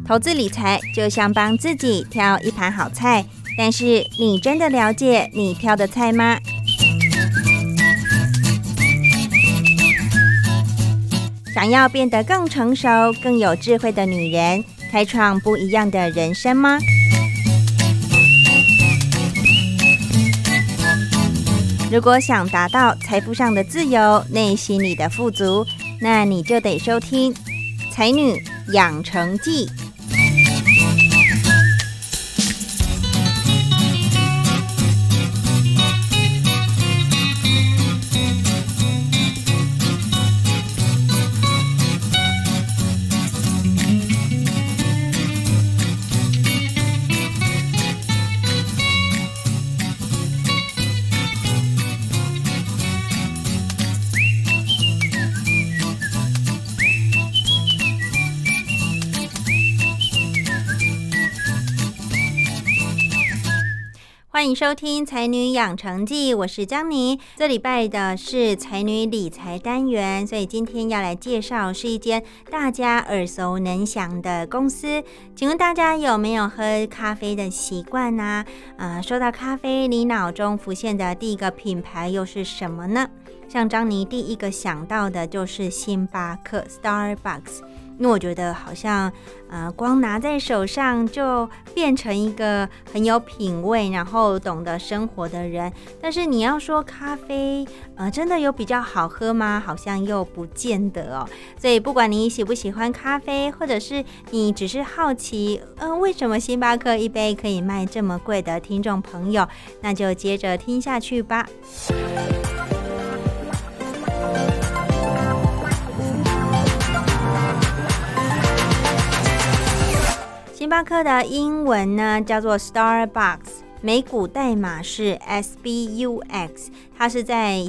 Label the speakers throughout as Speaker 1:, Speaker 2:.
Speaker 1: 投资理财就像帮自己挑一盘好菜，但是你真的了解你挑的菜吗？想要变得更成熟、更有智慧的女人，开创不一样的人生吗？如果想达到财富上的自由、内心里的富足，那你就得收听《才女养成记》。欢迎收听《才女养成记》，我是江妮。这礼拜的是才女理财单元，所以今天要来介绍是一间大家耳熟能详的公司。请问大家有没有喝咖啡的习惯呢？说到咖啡，你脑中浮现的第一个品牌又是什么呢？像张妮第一个想到的就是星巴克 Starbucks。因为我觉得好像光拿在手上就变成一个很有品味然后懂得生活的人，但是你要说咖啡真的有比较好喝吗？好像又不见得哦。所以不管你喜不喜欢咖啡，或者是你只是好奇为什么星巴克一杯可以卖这么贵的听众朋友，那就接着听下去吧。星巴克的英文呢叫做 Starbucks， 美股代码是 SBUX， 它是在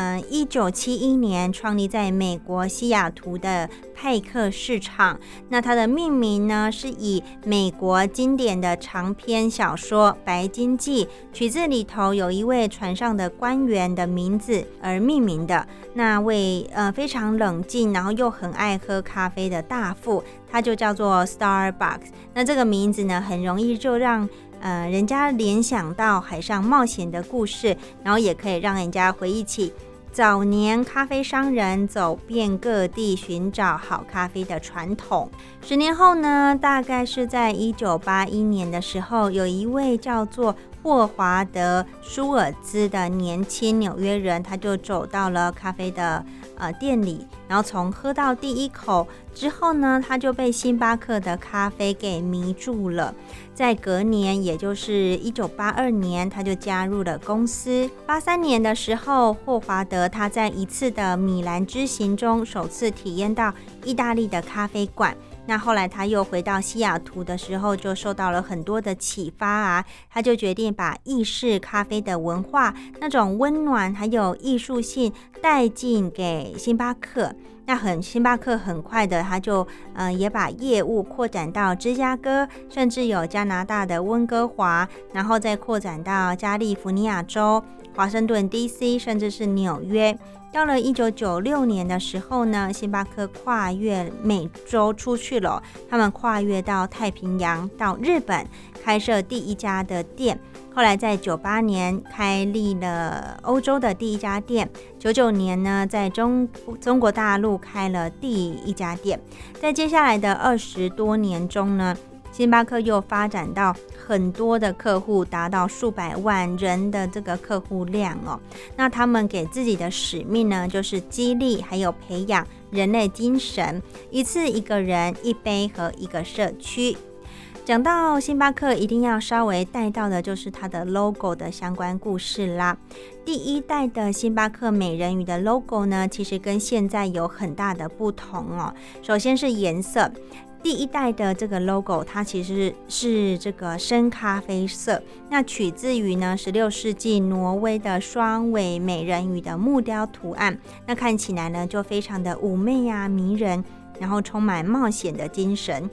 Speaker 1: 1971年创立在美国西雅图的派克市场。那它的命名呢是以美国经典的长篇小说《白鲸记》取自里头有一位船上的官员的名字而命名的。那位非常冷静然后又很爱喝咖啡的大副，它就叫做 Starbucks。 那这个名字呢很容易就让人家联想到海上冒险的故事，然后也可以让人家回忆起早年咖啡商人走遍各地寻找好咖啡的传统。10年后呢，大概是在1981年的时候，有一位叫做霍华德·舒尔兹的年轻纽约人，他就走到了咖啡的店里，然后从喝到第一口之后呢，他就被星巴克的咖啡给迷住了。在隔年，也就是1982年，他就加入了公司。83年的时候，霍华德他在一次的米兰之行中首次体验到意大利的咖啡馆。那后来他又回到西雅图的时候，就受到了很多的启发啊，他就决定把意式咖啡的文化那种温暖还有艺术性带进给星巴克。那星巴克很快的他就也把业务扩展到芝加哥，甚至有加拿大的温哥华，然后再扩展到加利福尼亚州、华盛顿 DC， 甚至是纽约。到了1996年的时候呢，星巴克跨越美洲出去了，他们跨越到太平洋，到日本开设第一家的店。后来在98年开立了欧洲的第一家店，99年呢在中国大陆开了第一家店。在接下来的20多年中呢，星巴克又发展到很多的客户，达到数百万人的这个客户量哦。那他们给自己的使命呢，就是激励还有培养人类精神，一次一个人一杯和一个社区。讲到星巴克，一定要稍微带到的就是它的 logo 的相关故事啦。第一代的星巴克美人鱼的 logo 呢，其实跟现在有很大的不同哦。首先是颜色，第一代的这个 logo 它其实是这个深咖啡色，那取自于呢16世纪挪威的双尾美人鱼的木雕图案，那看起来呢就非常的妩媚啊迷人，然后充满冒险的精神。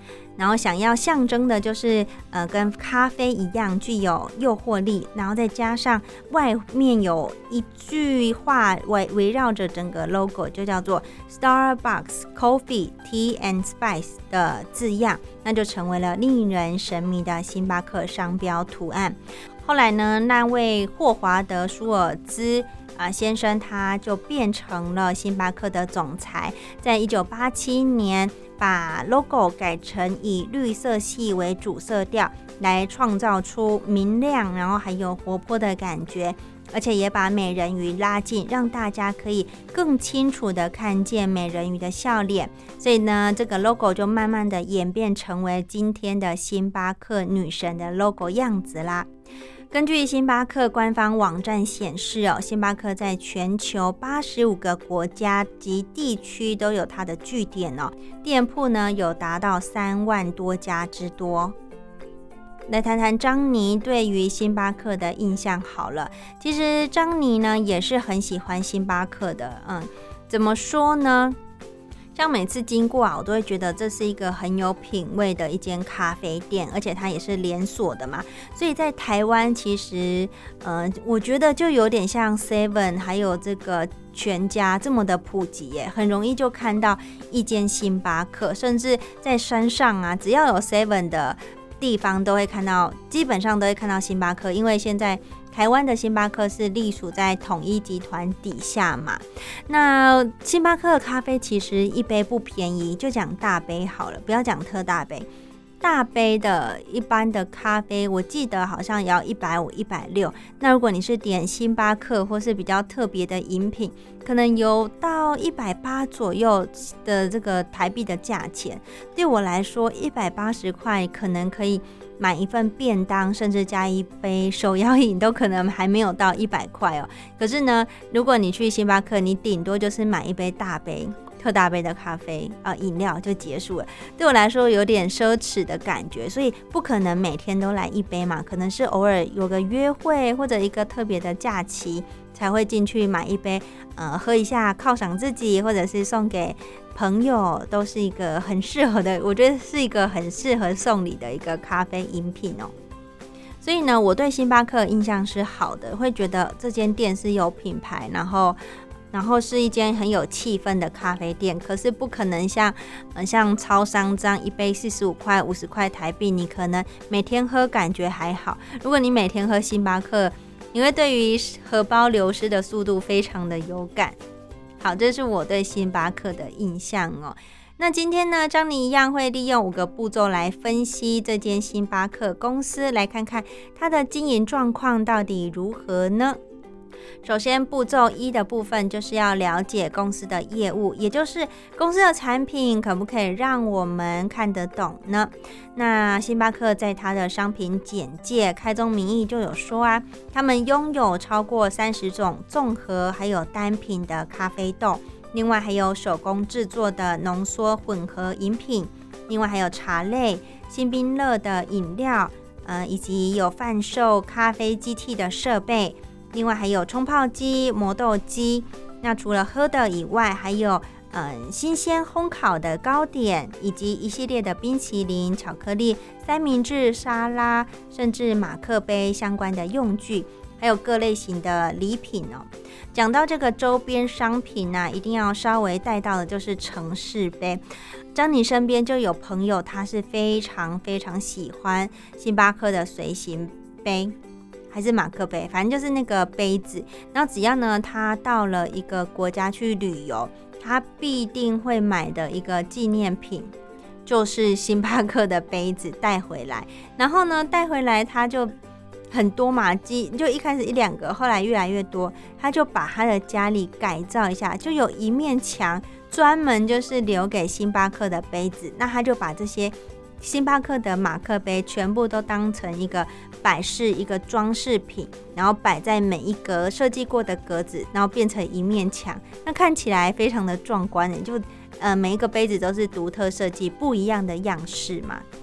Speaker 1: 然后想要象征的就是跟咖啡一样具有诱惑力，然后再加上外面有一句话围绕着整个 logo， 就叫做 Starbucks Coffee Tea and Spice 的字样，那就成为了令人神迷的星巴克商标图案。后来呢，那位霍华德·舒尔兹先生他就变成了星巴克的总裁，在1987年把 logo 改成以绿色系为主色调，来创造出明亮然后还有活泼的感觉，而且也把美人鱼拉近，让大家可以更清楚的看见美人鱼的笑脸。所以呢，这个 logo 就慢慢的演变成为今天的星巴克女神的 logo 样子啦。根据星巴克官方网站显示星巴克在全球85个国家及地区都有它的据点店铺呢有达到3万多家之多。来谈谈张妮对于星巴克的印象好了。其实张妮呢也是很喜欢星巴克的，怎么说呢？像每次经过我都会觉得这是一个很有品味的一间咖啡店，而且它也是连锁的嘛，所以在台湾其实我觉得就有点像 Seven 还有这个全家这么的普及耶，很容易就看到一间星巴克，甚至在山上只要有 Seven 的地方都会看到，基本上都会看到星巴克，因为现在台湾的星巴克是隶属在统一集团底下嘛。那星巴克的咖啡其实一杯不便宜，就讲大杯好了，不要讲特大杯。大杯的一般的咖啡我记得好像也要150、160，那如果你是点星巴克或是比较特别的饮品，可能有到180左右的这个台币的价钱。对我来说180块可能可以买一份便当，甚至加一杯手摇饮都可能还没有到100块可是呢，如果你去星巴克，你顶多就是买一杯大杯特大杯的咖啡饮料就结束了，对我来说有点奢侈的感觉，所以不可能每天都来一杯嘛，可能是偶尔有个约会或者一个特别的假期才会进去买一杯喝一下犒赏自己，或者是送给朋友，都是一个很适合的，我觉得是一个很适合送礼的一个咖啡饮品所以呢，我对星巴克印象是好的，会觉得这间店是有品牌，然后是一间很有气氛的咖啡店，可是不可能像超商这样一杯45块、50块台币，你可能每天喝感觉还好。如果你每天喝星巴克，你会对于荷包流失的速度非常的有感。好，这是我对星巴克的印象那今天呢，张妮一样会利用5个步骤来分析这间星巴克公司，来看看它的经营状况到底如何呢？首先步骤1的部分就是要了解公司的业务，也就是公司的产品可不可以让我们看得懂呢？那星巴克在它的商品简介开宗明义就有说他们拥有超过30种综合还有单品的咖啡豆，另外还有手工制作的浓缩混合饮品，另外还有茶类、新冰乐的饮料，以及有贩售咖啡机器的设备，另外还有冲泡机、磨豆机。那除了喝的以外，还有新鲜烘烤的糕点，以及一系列的冰淇淋、巧克力、三明治、沙拉，甚至马克杯相关的用具，还有各类型的礼品讲到这个周边商品一定要稍微带到的就是城市杯。张妮身边就有朋友，他是非常非常喜欢星巴克的随行杯，还是马克杯，反正就是那个杯子。然后只要呢他到了一个国家去旅游，他必定会买的一个纪念品就是星巴克的杯子带回来。然后呢带回来他就很多嘛，就一开始1、2个，后来越来越多，他就把他的家里改造一下，就有一面墙专门就是留给星巴克的杯子。那他就把这些星巴克的马克杯全部都当成一个摆饰，一个装饰品，然后摆在每一格设计过的格子，然后变成一面墙，那看起来非常的壮观，就每一个杯子都是独特设计不一样的样式嘛。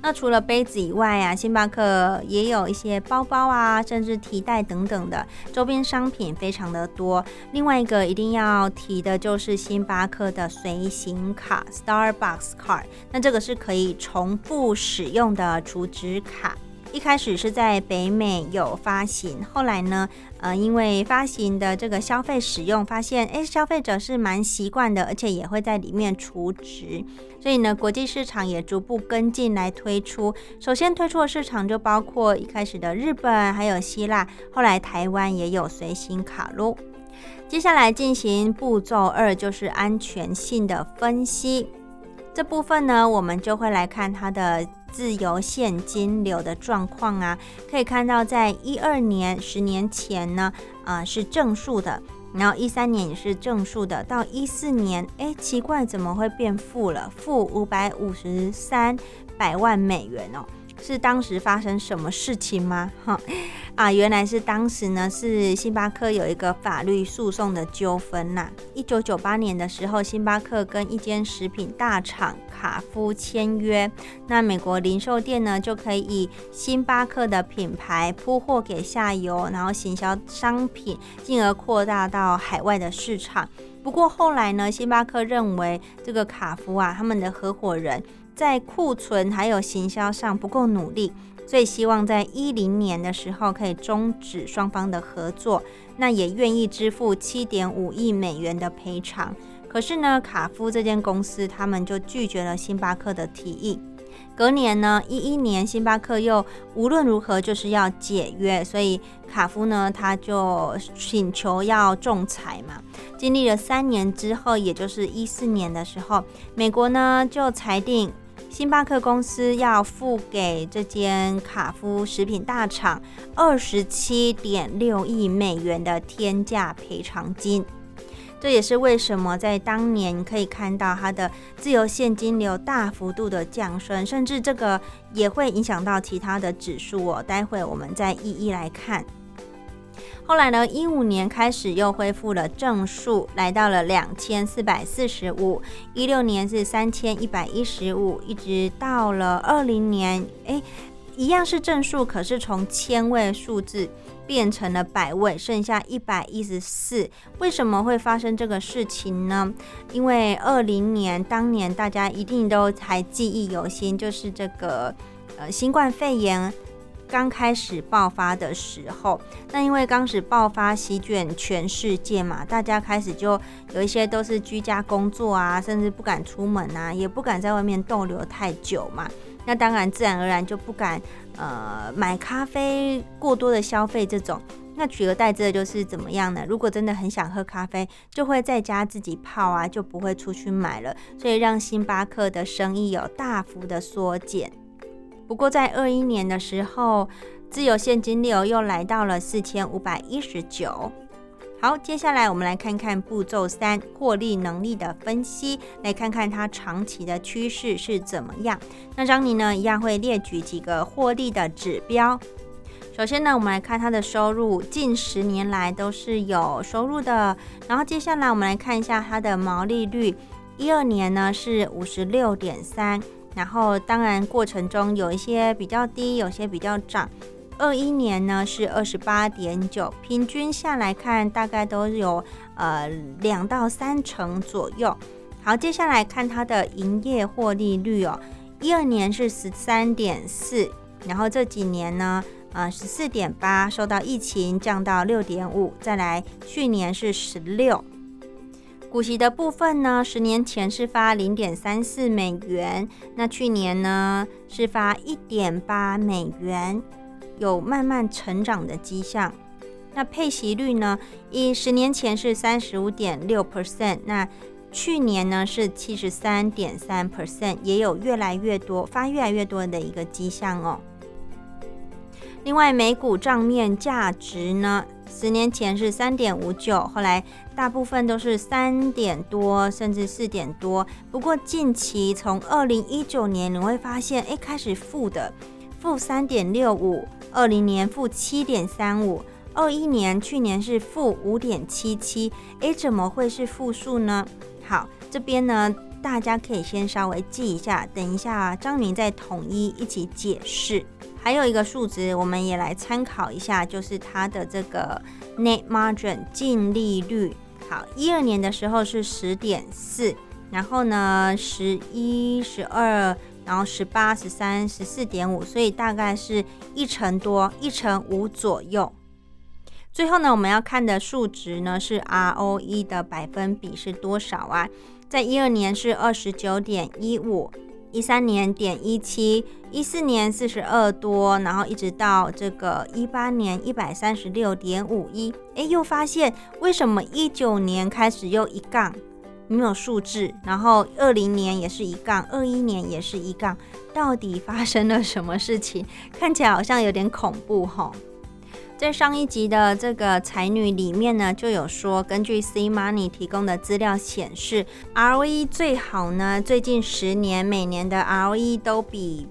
Speaker 1: 那除了杯子以外啊，星巴克也有一些包包啊，甚至提袋等等的周边商品非常的多。另外一个一定要提的就是星巴克的随行卡 Starbucks Card， 那这个是可以重复使用的储值卡。一开始是在北美有发行，后来呢，因为发行的这个消费使用，发现消费者是蛮习惯的，而且也会在里面储值，所以呢，国际市场也逐步跟进来推出。首先推出的市场就包括一开始的日本，还有希腊，后来台湾也有随行卡咯。接下来进行步骤2，就是安全性的分析。这部分呢，我们就会来看它的自由现金流的状况啊，可以看到在12年10年前呢，是正数的，然后13年也是正数的，到14年，奇怪怎么会变负了？负553百万美元哦。是当时发生什么事情吗？原来是当时呢是星巴克有一个法律诉讼的纠纷呐。1998年的时候，星巴克跟一间食品大厂卡夫签约，那美国零售店呢就可以以星巴克的品牌铺货给下游，然后行销商品，进而扩大到海外的市场。不过后来呢，星巴克认为这个卡夫啊，他们的合伙人在库存还有行销上不够努力，所以希望在10年的时候可以终止双方的合作，那也愿意支付7.5亿美元的赔偿。可是呢，卡夫这间公司他们就拒绝了星巴克的提议。隔年呢，11年，星巴克又无论如何就是要解约，所以卡夫呢他就请求要仲裁嘛。经历了3年之后，也就是14年的时候，美国呢就裁定星巴克公司要付给这间卡夫食品大厂27.6亿美元的天价赔偿金。这也是为什么在当年可以看到它的自由现金流大幅度的降升，甚至这个也会影响到其他的指数哦。待会我们再一一来看。后来呢，15年开始又恢复了正数，来到了2445， 16年是3115，一直到了20年，一样是正数，可是从千位数字变成了百位，剩下114。为什么会发生这个事情呢？因为20年当年大家一定都还记忆犹新，就是这个新冠肺炎刚开始爆发的时候，那因为刚始爆发席卷全世界嘛，大家开始就有一些都是居家工作啊，甚至不敢出门啊，也不敢在外面逗留太久嘛。那当然自然而然就不敢买咖啡过多的消费这种。那取而代之的就是怎么样呢？如果真的很想喝咖啡，就会在家自己泡啊，就不会出去买了，所以让星巴克的生意有大幅的缩减。不过在21年的时候，自由现金流又来到了4519。好，接下来我们来看看步骤3，获利能力的分析，来看看它长期的趋势是怎么样。那张妮呢，一样会列举几个获利的指标。首先呢，我们来看它的收入，近10年来都是有收入的。然后接下来我们来看一下它的毛利率，12年呢是 56.3%， 然后当然过程中有一些比较低，有些比较涨。21年呢是 28.9%， 平均下来看大概都有2到3成左右。好，接下来看它的营业获利率哦，12年是 13.4%， 然后这几年呢14.8%， 受到疫情降到 6.5%， 再来去年是 16%。股息的部分呢，10年前是发 0.34 美元，那去年呢是发 1.8 美元，有慢慢成长的迹象。那配息率呢，10年前是 35.6%， 那去年呢是 73.3%， 也有越来越多的一个迹象哦。另外每股账面价值呢，10年前是 3.59， 后来大部分都是3点多甚至4点多。不过近期从2019年你会发现开始负的，负 3.65， 20年负 7.35， 21年去年是负 5.77， 怎么会是负数呢？好，这边呢大家可以先稍微记一下，等一下张宁再统一起解释。还有一个数值我们也来参考一下，就是它的这个 net margin 净利率。好，12年的时候是 10.4， 然后呢11、12，然后18、13、14.5， 所以大概是1成多，1.5%左右。最后呢，我们要看的数值呢是 ROE 的百分比是多少啊？在12年是 29.15， 13年 0.17， 14年42多，然后一直到这个18年 136.51。 又发现为什么19年开始又一杠没有数字，然后20年也是一杠，21年也是一杠，到底发生了什么事情？看起来好像有点恐怖齁。在上一集的这个才女里面呢，就有说，根据 C Money 提供的资料显示 ，ROE 最好呢，最近10年每年的 ROE 都比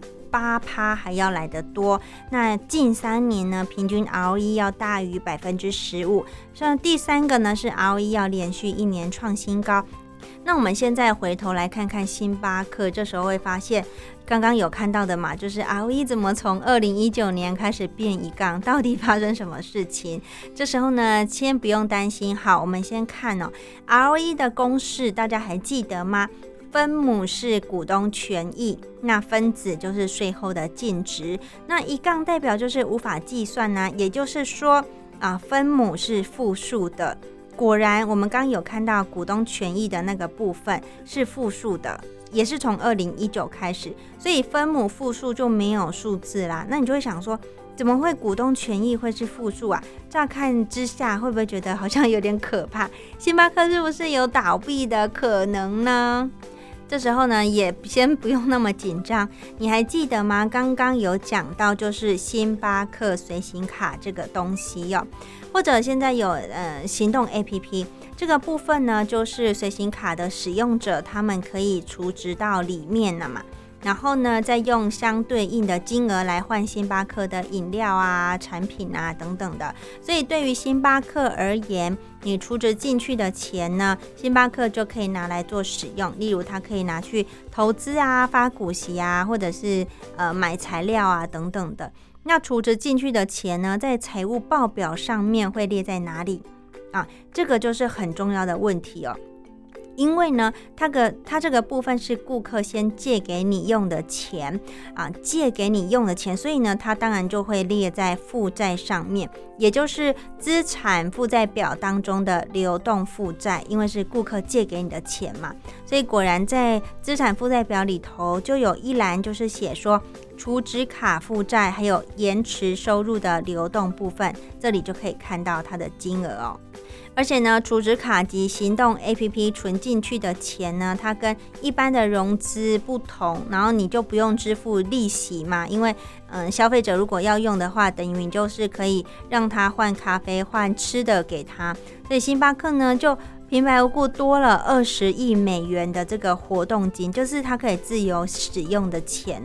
Speaker 1: 8%还要来得多。那近3年呢，平均 ROE 要大于 15%。像第3个呢是 ROE 要连续1年创新高。那我们现在回头来看看星巴克，这时候会发现刚刚有看到的嘛，就是 ROE 怎么从2019年开始变一杠，到底发生什么事情？这时候呢，先不用担心。好，我们先看ROE 的公式，大家还记得吗？分母是股东权益，那分子就是税后的净值，那一杠代表就是无法计算呢，也就是说分母是负数的。果然我们刚有看到股东权益的那个部分是负数的，也是从2019开始，所以分母负数就没有数字啦。那你就会想说，怎么会股东权益会是负数啊？乍看之下会不会觉得好像有点可怕？星巴克是不是有倒闭的可能呢？这时候呢，也先不用那么紧张。你还记得吗？刚刚有讲到，就是星巴克随行卡这个东西或者现在有行动 APP 这个部分呢，就是随行卡的使用者他们可以储值到里面了嘛。然后呢，再用相对应的金额来换星巴克的饮料啊、产品啊等等的。所以对于星巴克而言，你储值进去的钱呢，星巴克就可以拿来做使用。例如，它可以拿去投资啊、发股息啊，或者是买材料啊等等的。那储值进去的钱呢，在财务报表上面会列在哪里啊？这个就是很重要的问题因为呢，它这个部分是顾客先借给你用的钱借给你用的钱，所以呢，它当然就会列在负债上面，也就是资产负债表当中的流动负债，因为是顾客借给你的钱嘛，所以果然在资产负债表里头就有一栏就是写说储值卡负债还有延迟收入的流动部分，这里就可以看到它的金额而且呢，储值卡及行动 APP 存进去的钱呢，它跟一般的融资不同，然后你就不用支付利息嘛，因为消费者如果要用的话，等于你就是可以让他换咖啡、换吃的给他，所以星巴克呢就平白无故多了20亿美元的这个活动金，就是它可以自由使用的钱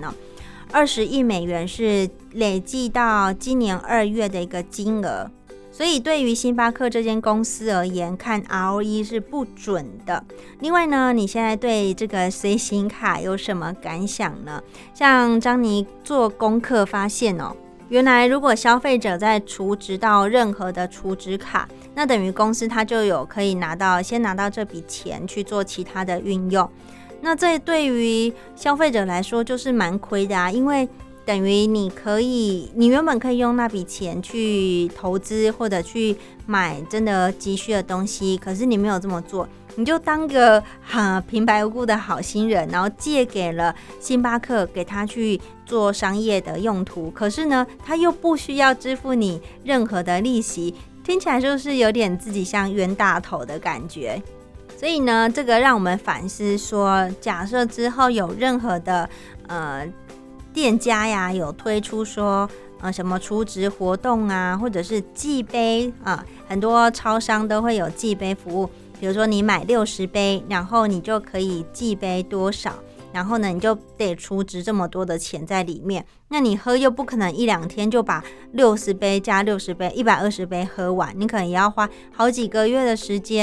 Speaker 1: 20亿美元是累计到今年2月的一个金额。所以对于星巴克这间公司而言，看 ROE 是不准的。另外呢，你现在对这个随行卡有什么感想呢？像张妮做功课发现原来如果消费者在储值到任何的储值卡，那等于公司它就有可以先拿到这笔钱去做其他的运用。那这对于消费者来说就是蛮亏的因为等于你原本可以用那笔钱去投资或者去买真的急需的东西，可是你没有这么做，你就当个平白无故的好心人，然后借给了星巴克给他去做商业的用途，可是呢他又不需要支付你任何的利息，听起来就是有点自己像冤大头的感觉。所以呢，这个让我们反思说，假设之后有任何的店家呀有推出说什么储值活动啊，或者是寄杯很多超商都会有寄杯服务，比如说你买60杯，然后你就可以寄杯多少，然后呢你就得储值这么多的钱在里面，那你喝又不可能1-2天就把60杯加60杯120杯喝完，你可能也要花好几个月的时间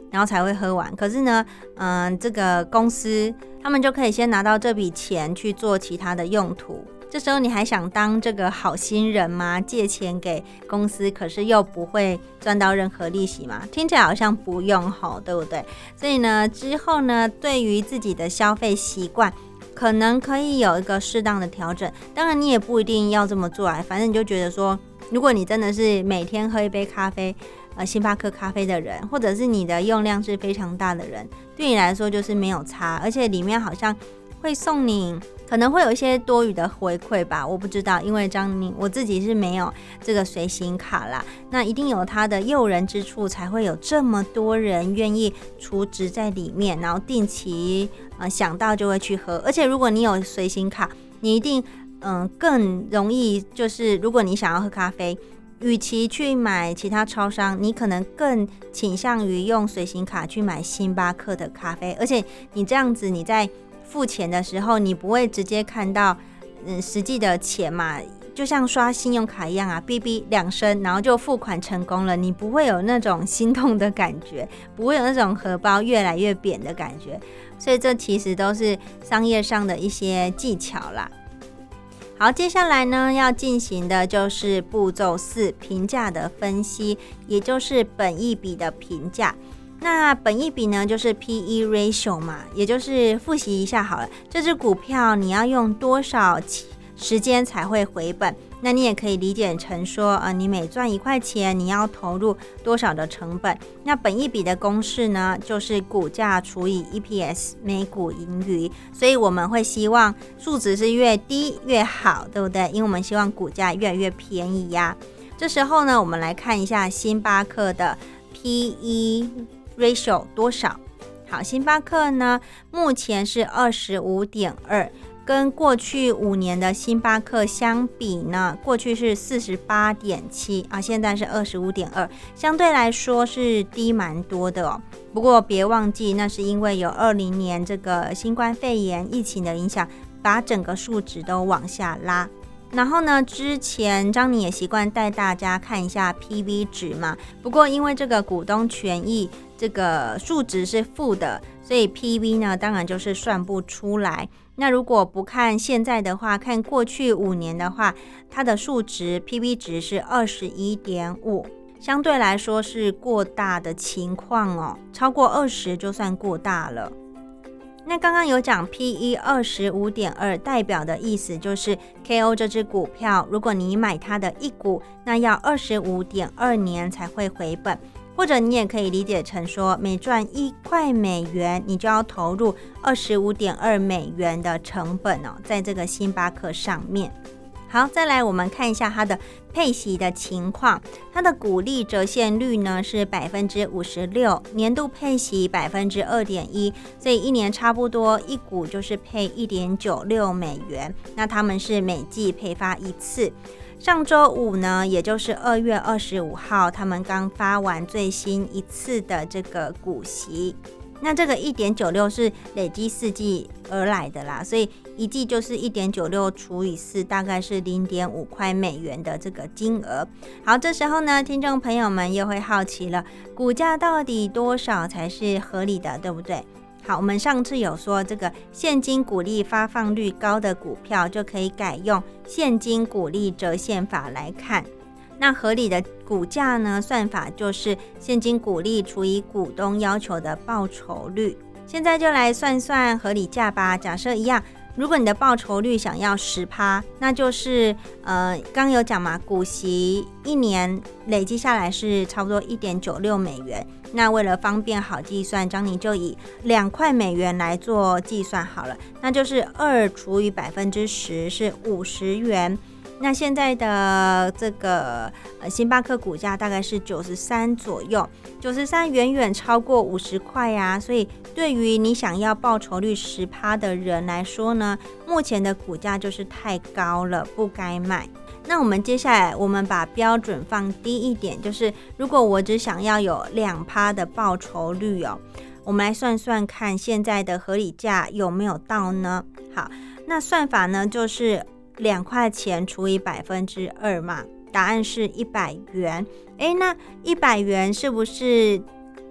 Speaker 1: 然后才会喝完。可是呢，这个公司他们就可以先拿到这笔钱去做其他的用途。这时候你还想当这个好心人吗？借钱给公司，可是又不会赚到任何利息吗？听起来好像不用吼，对不对？所以呢，之后呢，对于自己的消费习惯，可能可以有一个适当的调整。当然，你也不一定要这么做啊，反正你就觉得说，如果你真的是每天喝一杯咖啡，星巴克咖啡的人，或者是你的用量是非常大的人，对你来说就是没有差，而且里面好像会送你。可能会有一些多余的回馈吧，我不知道，因为我自己是没有这个随行卡啦，那一定有它的诱人之处，才会有这么多人愿意储值在里面，然后定期想到就会去喝。而且如果你有随行卡，你一定更容易，就是如果你想要喝咖啡，与其去买其他超商，你可能更倾向于用随行卡去买星巴克的咖啡，而且你这样子你在付钱的时候，你不会直接看到实际的钱嘛，就像刷信用卡一样啊，哔哔2声，然后就付款成功了，你不会有那种心痛的感觉，不会有那种荷包越来越扁的感觉，所以这其实都是商业上的一些技巧啦。好，接下来呢要进行的就是步骤4，评价的分析，也就是本益比的评价。那本益比呢，就是 PE ratio 嘛，也就是复习一下好了，这只股票你要用多少时间才会回本？那你也可以理解成说，你每赚1块钱，你要投入多少的成本？那本益比的公式呢，就是股价除以 EPS 每股盈余，所以我们会希望数值是越低越好，对不对？因为我们希望股价越来越便宜呀。这时候呢，我们来看一下星巴克的 PE ratio 多少？好，星巴克呢目前是 25.2， 跟过去5年的星巴克相比呢，过去是 48.7 啊，现在是 25.2， 相对来说是低蛮多的哦。不过别忘记，那是因为有20年这个新冠肺炎疫情的影响，把整个数值都往下拉。然后呢，之前张妮也习惯带大家看一下 PV 值嘛，不过因为这个股东权益这个数值是负的，所以 PV 呢当然就是算不出来。那如果不看现在的话，看过去5年的话，它的数值 PV 值是 21.5， 相对来说是过大的情况哦，超过20就算过大了。那刚刚有讲 PE 25.2， 代表的意思就是 KO 这只股票，如果你买它的1股，那要 25.2 年才会回本，或者你也可以理解成说，每赚1块美元，你就要投入 25.2 美元的成本哦，在这个星巴克上面。好，再来我们看一下它的配息的情况，它的股利折现率呢是 56%， 年度配息 2.1%， 所以1年差不多1股就是配 1.96 美元，那他们是每季配发1次。上周五呢，也就是2月25号，他们刚发完最新一次的这个股息。那这个 1.96 是累积4季而来的啦，所以一季就是 1.96 除以4，大概是 0.5 块美元的这个金额。好，这时候呢，听众朋友们又会好奇了，股价到底多少才是合理的，对不对？好，我们上次有说，这个现金股利发放率高的股票就可以改用现金股利折现法来看。那合理的股价呢，算法就是现金股利除以股东要求的报酬率。现在就来算算合理价吧。假设一样，如果你的报酬率想要 10%， 那就是刚有讲嘛，股息1年累积下来是差不多 1.96 美元。那为了方便好计算，张妮就以2块美元来做计算好了，那就是2除以 10% 是50元。那现在的这个星巴克股价大概是93左右，93远远超过50块啊，所以对于你想要报酬率 10% 的人来说呢，目前的股价就是太高了，不该买。那我们接下来我们把标准放低一点，就是如果我只想要有 2% 的报酬率哦，我们来算算看现在的合理价有没有到呢？好，那算法呢就是2块钱除以 2% 嘛，答案是100元。那100元是不是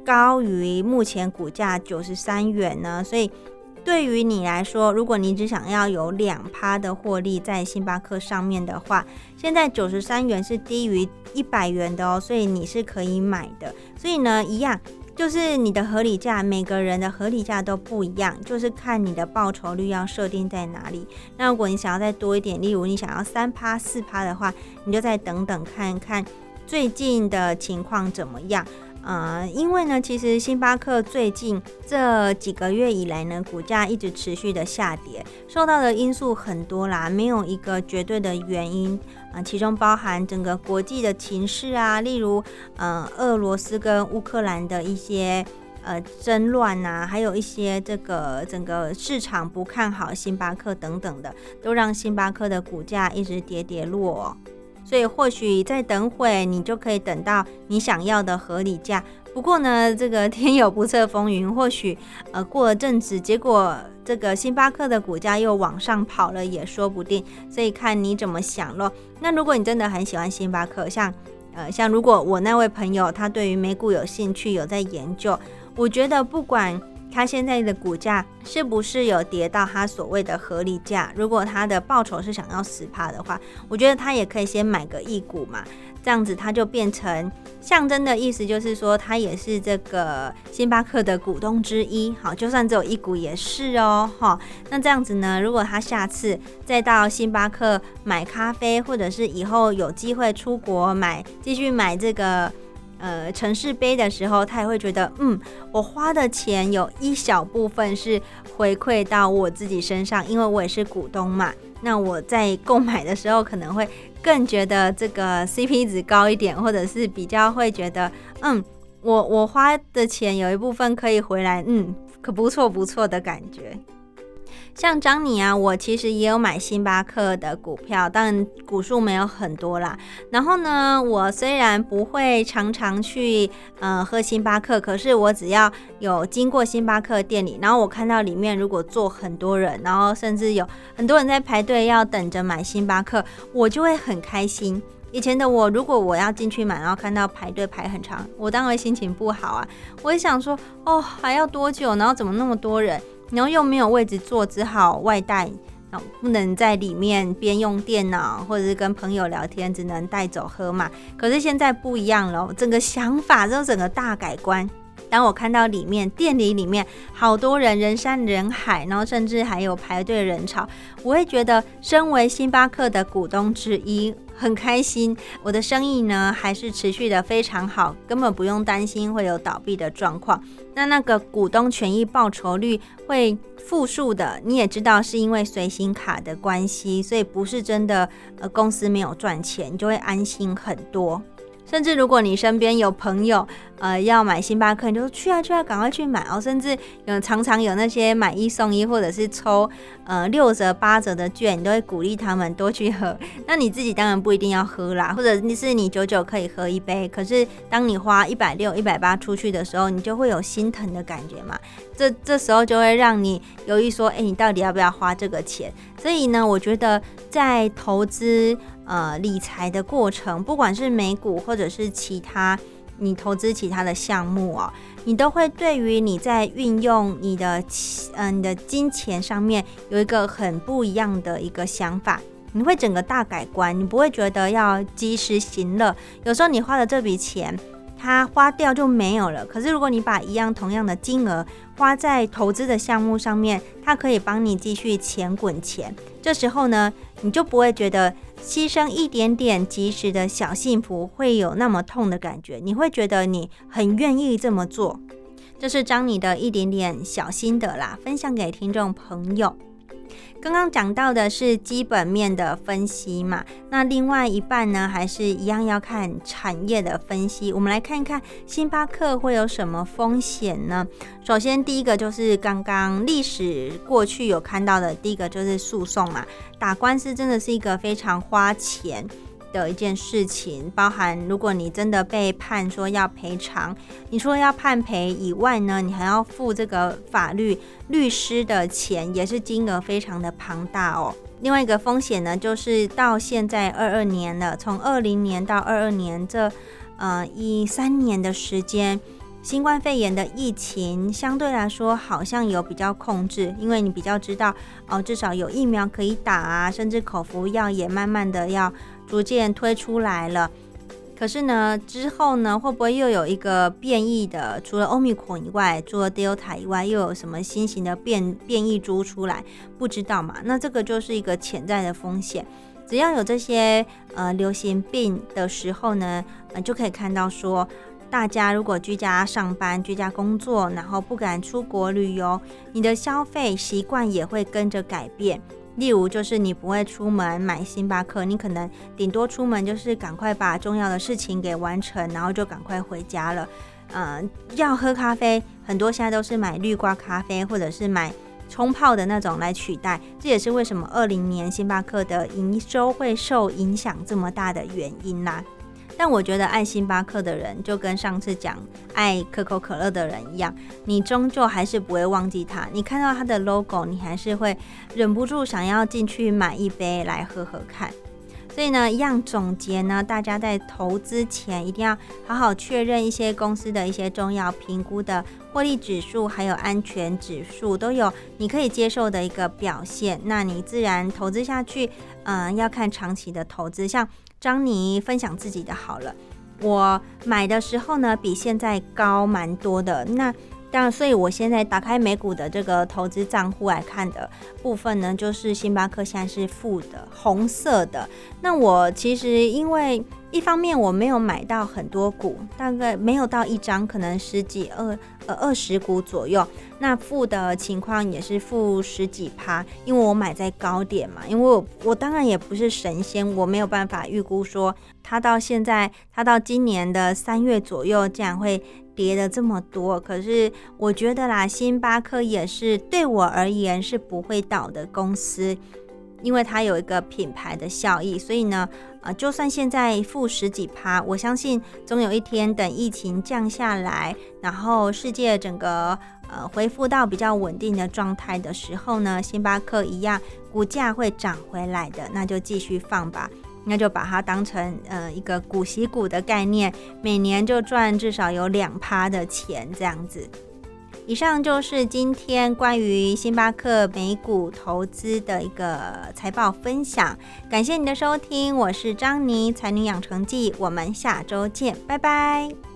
Speaker 1: 高于目前股价93元呢，所以对于你来说，如果你只想要有2%的获利在星巴克上面的话，现在93元是低于100元的哦，所以你是可以买的。所以呢，一样就是你的合理价，每个人的合理价都不一样，就是看你的报酬率要设定在哪里。那如果你想要再多一点，例如你想要3%、4%的话，你就再等等看看最近的情况怎么样。因为呢，其实星巴克最近这几个月以来呢，股价一直持续的下跌，受到的因素很多啦，没有一个绝对的原因。其中包含整个国际的情势啊，例如俄罗斯跟乌克兰的一些争乱啊，还有一些这个整个市场不看好星巴克等等的，都让星巴克的股价一直跌落哦。所以或许再等会你就可以等到你想要的合理价。不过呢，这个天有不测风云，或许过了阵子，结果这个星巴克的股价又往上跑了也说不定，所以看你怎么想咯。那如果你真的很喜欢星巴克，像如果我那位朋友他对于美股有兴趣，有在研究，我觉得不管他现在的股价是不是有跌到他所谓的合理价，如果他的报酬是想要10%的话，我觉得他也可以先买个1股嘛，这样子他就变成象征的意思，就是说他也是这个星巴克的股东之一。好，就算只有1股也是哦。那这样子呢，如果他下次再到星巴克买咖啡，或者是以后有机会出国继续买这个城市杯的时候，他也会觉得我花的钱有一小部分是回馈到我自己身上，因为我也是股东嘛。那我在购买的时候可能会更觉得这个 CP 值高一点，或者是比较会觉得我花的钱有一部分可以回来，可不错的感觉。像张你啊，我其实也有买星巴克的股票，当然股数没有很多啦。然后呢，我虽然不会常常去喝星巴克，可是我只要有经过星巴克店里，然后我看到里面如果坐很多人，然后甚至有很多人在排队要等着买星巴克，我就会很开心。以前的我，如果我要进去买，然后看到排队排很长，我当然心情不好啊。我会想说，还要多久？然后怎么那么多人？然后又没有位置坐，只好外带，不能在里面边用电脑或者是跟朋友聊天，只能带走喝嘛。可是现在不一样了，整个想法就整个大改观。当我看到店里面好多人，人山人海，然后甚至还有排队人潮，我会觉得身为星巴克的股东之一很开心。我的生意呢还是持续的非常好，根本不用担心会有倒闭的状况。那个股东权益报酬率会负数的，你也知道是因为随行卡的关系，所以不是真的公司没有赚钱，你就会安心很多。甚至如果你身边有朋友要买星巴克，你就说去啊，赶快去买哦。甚至常常有那些买1送1或者是抽6折8折的券，你都会鼓励他们多去喝。那你自己当然不一定要喝啦，或者是你久久可以喝一杯，可是当你花160、180出去的时候，你就会有心疼的感觉嘛。这时候就会让你犹豫说，你到底要不要花这个钱？所以呢，我觉得在投资理财的过程，不管是美股或者是你投资其他的项目你都会对于你在运用你的金钱上面有一个很不一样的一个想法，你会整个大改观，你不会觉得要及时行乐。有时候你花的这笔钱它花掉就没有了，可是如果你把同样的金额花在投资的项目上面，它可以帮你继续钱滚钱。这时候呢，你就不会觉得牺牲一点点及时的小幸福会有那么痛的感觉，你会觉得你很愿意这么做。这是张你的一点点小心得啦，分享给听众朋友。刚刚讲到的是基本面的分析嘛，那另外一半呢，还是一样要看产业的分析。我们来看一看星巴克会有什么风险呢？首先第一个就是刚刚历史过去有看到的，第一个就是诉讼嘛，打官司真的是一个非常花钱的一件事情，包含如果你真的被判说要赔偿，你除了要判赔以外呢，你还要付这个律师的钱，也是金额非常的庞大哦。另外一个风险呢，就是到现在22年了，从20年到22年这3年的时间， 新冠肺炎的疫情相对来说好像有比较控制，因为你比较知道至少有疫苗可以打啊，甚至口服药也慢慢的要逐渐推出来了。可是呢，之后呢，会不会又有一个变异的？除了 Omicron 以外，除了 Delta 以外，又有什么新型的变异株出来？不知道嘛？那这个就是一个潜在的风险。只要有这些流行病的时候呢，就可以看到说，大家如果居家上班、居家工作，然后不敢出国旅游，你的消费习惯也会跟着改变。例如就是你不会出门买星巴克，你可能顶多出门就是赶快把重要的事情给完成，然后就赶快回家了。要喝咖啡，很多现在都是买绿挂咖啡或者是买冲泡的那种来取代，这也是为什么20年星巴克的营收会受影响这么大的原因啦。但我觉得爱星巴克的人就跟上次讲爱可口可乐的人一样，你终究还是不会忘记它，你看到它的 logo 你还是会忍不住想要进去买一杯来喝喝看。所以呢，一样总结呢，大家在投资前一定要好好确认一些公司的一些重要评估的获利指数还有安全指数都有你可以接受的一个表现，那你自然投资下去要看长期的投资。像张妮分享自己的好了，我买的时候呢比现在高蛮多的，那当然，所以我现在打开美股的这个投资账户来看的部分呢，就是星巴克现在是负的，红色的。那我其实因为一方面我没有买到很多股，大概没有到一张，可能十几20股左右。那负的情况也是负10几%，因为我买在高点嘛。因为我当然也不是神仙，我没有办法预估说它到今年的3月左右竟然会跌的这么多。可是我觉得啦，星巴克也是对我而言是不会倒的公司，因为它有一个品牌的效益，所以呢就算现在负10几%，我相信总有一天等疫情降下来，然后世界整个恢复到比较稳定的状态的时候呢，星巴克一样股价会涨回来的，那就继续放吧，那就把它当成一个股息股的概念，每年就赚至少有2%的钱这样子。以上就是今天关于星巴克美股投资的一个财报分享，感谢你的收听，我是张妮，财女养成记，我们下周见，拜拜。